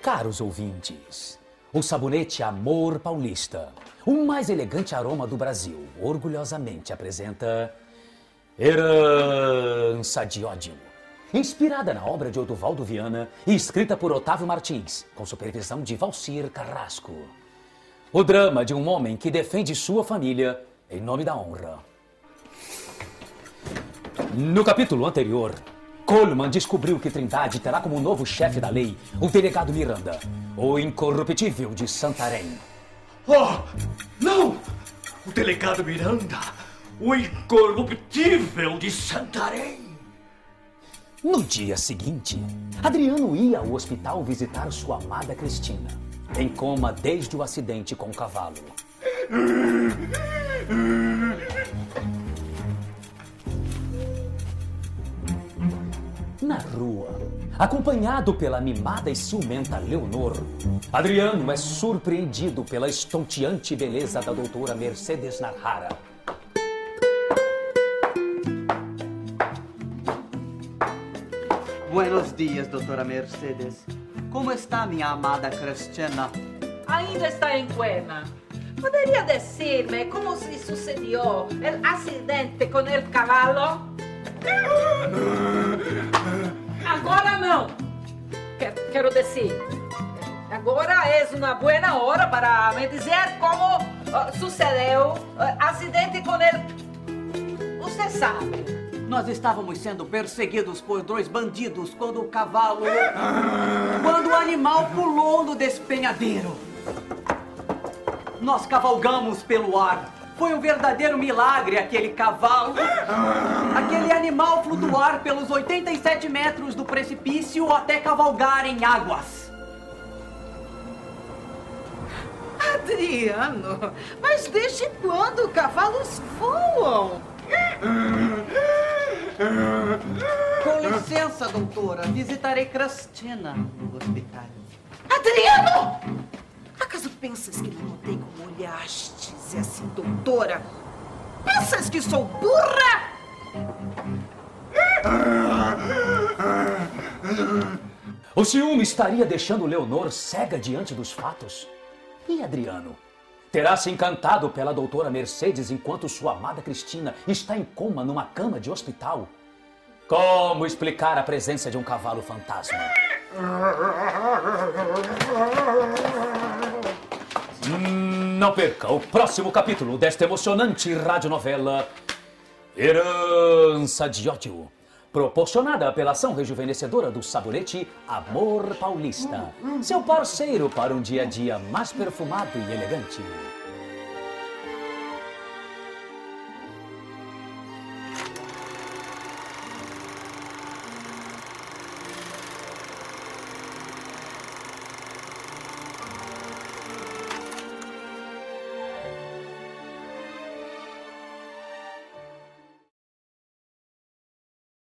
Caros ouvintes, o sabonete Amor Paulista, o mais elegante aroma do Brasil, orgulhosamente apresenta Herança de Ódio. Inspirada na obra de Oduvaldo Viana e escrita por Otávio Martins, com supervisão de Valcir Carrasco. O drama de um homem que defende sua família em nome da honra. No capítulo anterior, Coleman descobriu que Trindade terá como novo chefe da lei o delegado Miranda, o incorruptível de Santarém. Oh, não! O delegado Miranda, o incorruptível de Santarém. No dia seguinte, Adriano ia ao hospital visitar sua amada Cristina, em coma desde o acidente com o cavalo. Na rua, acompanhado pela mimada e ciumenta Leonor, Adriano é surpreendido pela estonteante beleza da doutora Mercedes Narrara. Buenos dias, doutora Mercedes. Como está minha amada Cristina? Ainda está em coma. ¿Podría decirme cómo se sucedió el accidente con el caballo? Agora não. Quero dizer, agora é uma boa hora para me dizer como sucedeu o acidente com ele. Você sabe. Nós estávamos sendo perseguidos por dois bandidos quando o animal pulou no despenhadeiro. Nós cavalgamos pelo ar. Foi um verdadeiro milagre aquele cavalo, aquele animal flutuar pelos 87 metros do precipício até cavalgar em águas. Adriano, mas desde quando cavalos voam? Com licença, doutora, visitarei Cristina no hospital. Adriano! Acaso pensas que não notei como olhastes e assim, doutora? Pensas que sou burra? O ciúme estaria deixando Leonor cega diante dos fatos? E Adriano? Terá se encantado pela doutora Mercedes enquanto sua amada Cristina está em coma numa cama de hospital? Como explicar a presença de um cavalo fantasma? Não perca o próximo capítulo desta emocionante radionovela Herança de Ódio, proporcionada pela ação rejuvenescedora do sabonete Amor Paulista, seu parceiro para um dia a dia mais perfumado e elegante.